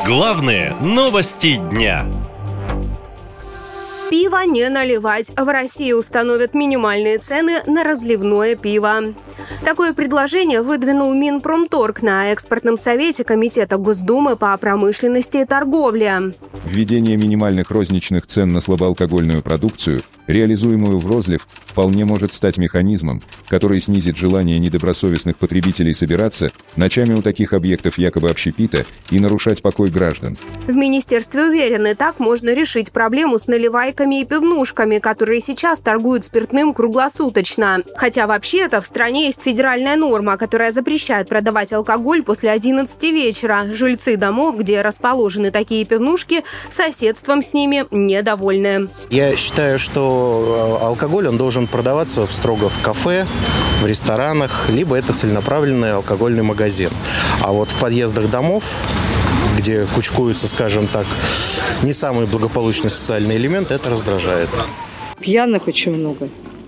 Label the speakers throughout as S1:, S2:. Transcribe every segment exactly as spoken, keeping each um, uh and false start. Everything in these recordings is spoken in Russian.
S1: Главные новости дня.
S2: Пиво не наливать. В России установят минимальные цены на разливное пиво. Такое предложение выдвинул Минпромторг на экспертном совете Комитета Госдумы по промышленности и торговле.
S3: Введение минимальных розничных цен на слабоалкогольную продукцию, реализуемую в розлив, вполне может стать механизмом, который снизит желание недобросовестных потребителей собираться ночами у таких объектов якобы общепита и нарушать покой граждан.
S2: В министерстве уверены, так можно решить проблему с наливайками и пивнушками, которые сейчас торгуют спиртным круглосуточно. Хотя вообще-то в стране есть федеральная норма, которая запрещает продавать алкоголь после одиннадцати вечера. Жильцы домов, где расположены такие пивнушки, соседством с ними недовольны.
S4: Я считаю, что алкоголь он должен продаваться строго в кафе, в ресторанах, либо это целенаправленный алкогольный магазин. А вот в подъездах домов, где кучкуются, скажем так, не самый благополучный социальный элемент, это раздражает.
S5: Пьяных очень много.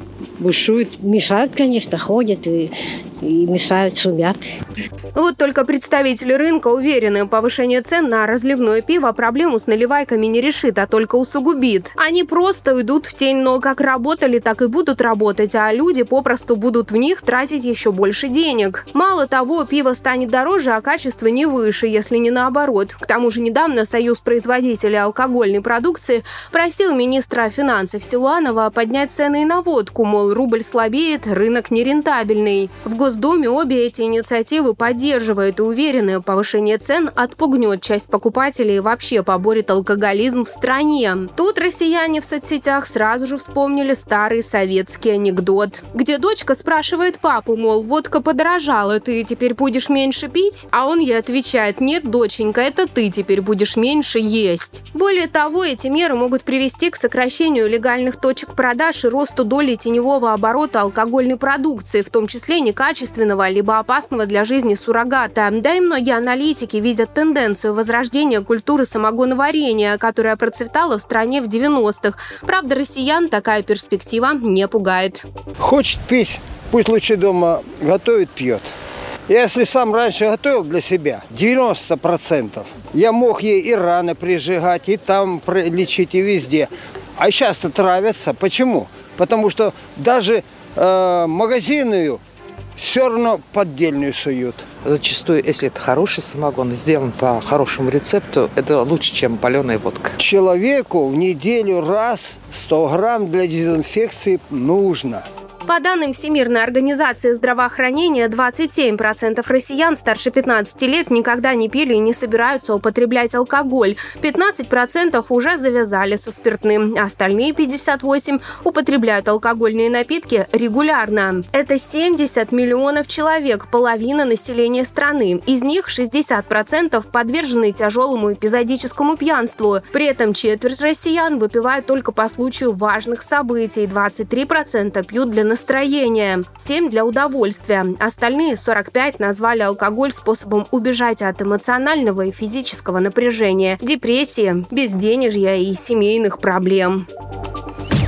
S5: Бушуют. Мешают, конечно, ходят и, и мешают, шумят.
S2: Вот только представители рынка уверены, повышение цен на разливное пиво проблему с наливайками не решит, а только усугубит. Они просто уйдут в тень, но как работали, так и будут работать, а люди попросту будут в них тратить еще больше денег. Мало того, пиво станет дороже, а качество не выше, если не наоборот. К тому же недавно Союз производителей алкогольной продукции просил министра финансов Силуанова поднять цены и на водку, мол, рубль слабеет, рынок нерентабельный. В Госдуме обе эти инициативы поддерживают и уверены, повышение цен отпугнет часть покупателей и вообще поборет алкоголизм в стране. Тут россияне в соцсетях сразу же вспомнили старый советский анекдот, где дочка спрашивает папу, мол, водка подорожала, ты теперь будешь меньше пить? А он ей отвечает: нет, доченька, это ты теперь будешь меньше есть. Более того, эти меры могут привести к сокращению легальных точек продаж и росту доли теневого оборота алкогольной продукции, в том числе некачественного либо опасного для жизни суррогата. Да и многие аналитики видят тенденцию возрождения культуры самогоноварения, которая процветала в стране в девяностых. Правда, россиян такая перспектива не пугает.
S6: Хочет пить, пусть лучше дома готовит, пьет. Я если сам раньше готовил для себя, девяносто процентов, я мог ей и раны прижигать, и там лечить, и везде. А сейчас-то травятся. Почему? Потому что даже э, магазинную все равно поддельную суют.
S7: Зачастую, если это хороший самогон, сделан по хорошему рецепту, это лучше, чем паленая водка.
S6: Человеку в неделю раз сто грамм для дезинфекции нужно.
S2: По данным Всемирной организации здравоохранения, двадцать семь процентов россиян старше пятнадцати лет никогда не пили и не собираются употреблять алкоголь. пятнадцать процентов уже завязали со спиртным. Остальные пятьдесят восемь процентов употребляют алкогольные напитки регулярно. Это семьдесят миллионов человек, половина населения страны. Из них шестьдесят процентов подвержены тяжелому эпизодическому пьянству. При этом четверть россиян выпивают только по случаю важных событий. двадцать три процента пьют для настроения. Настроение, семь для удовольствия. Остальные сорок пять назвали алкоголь способом убежать от эмоционального и физического напряжения, депрессии, безденежья и семейных проблем.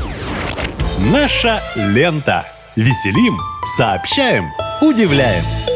S1: Наша лента. Веселим, сообщаем, удивляем.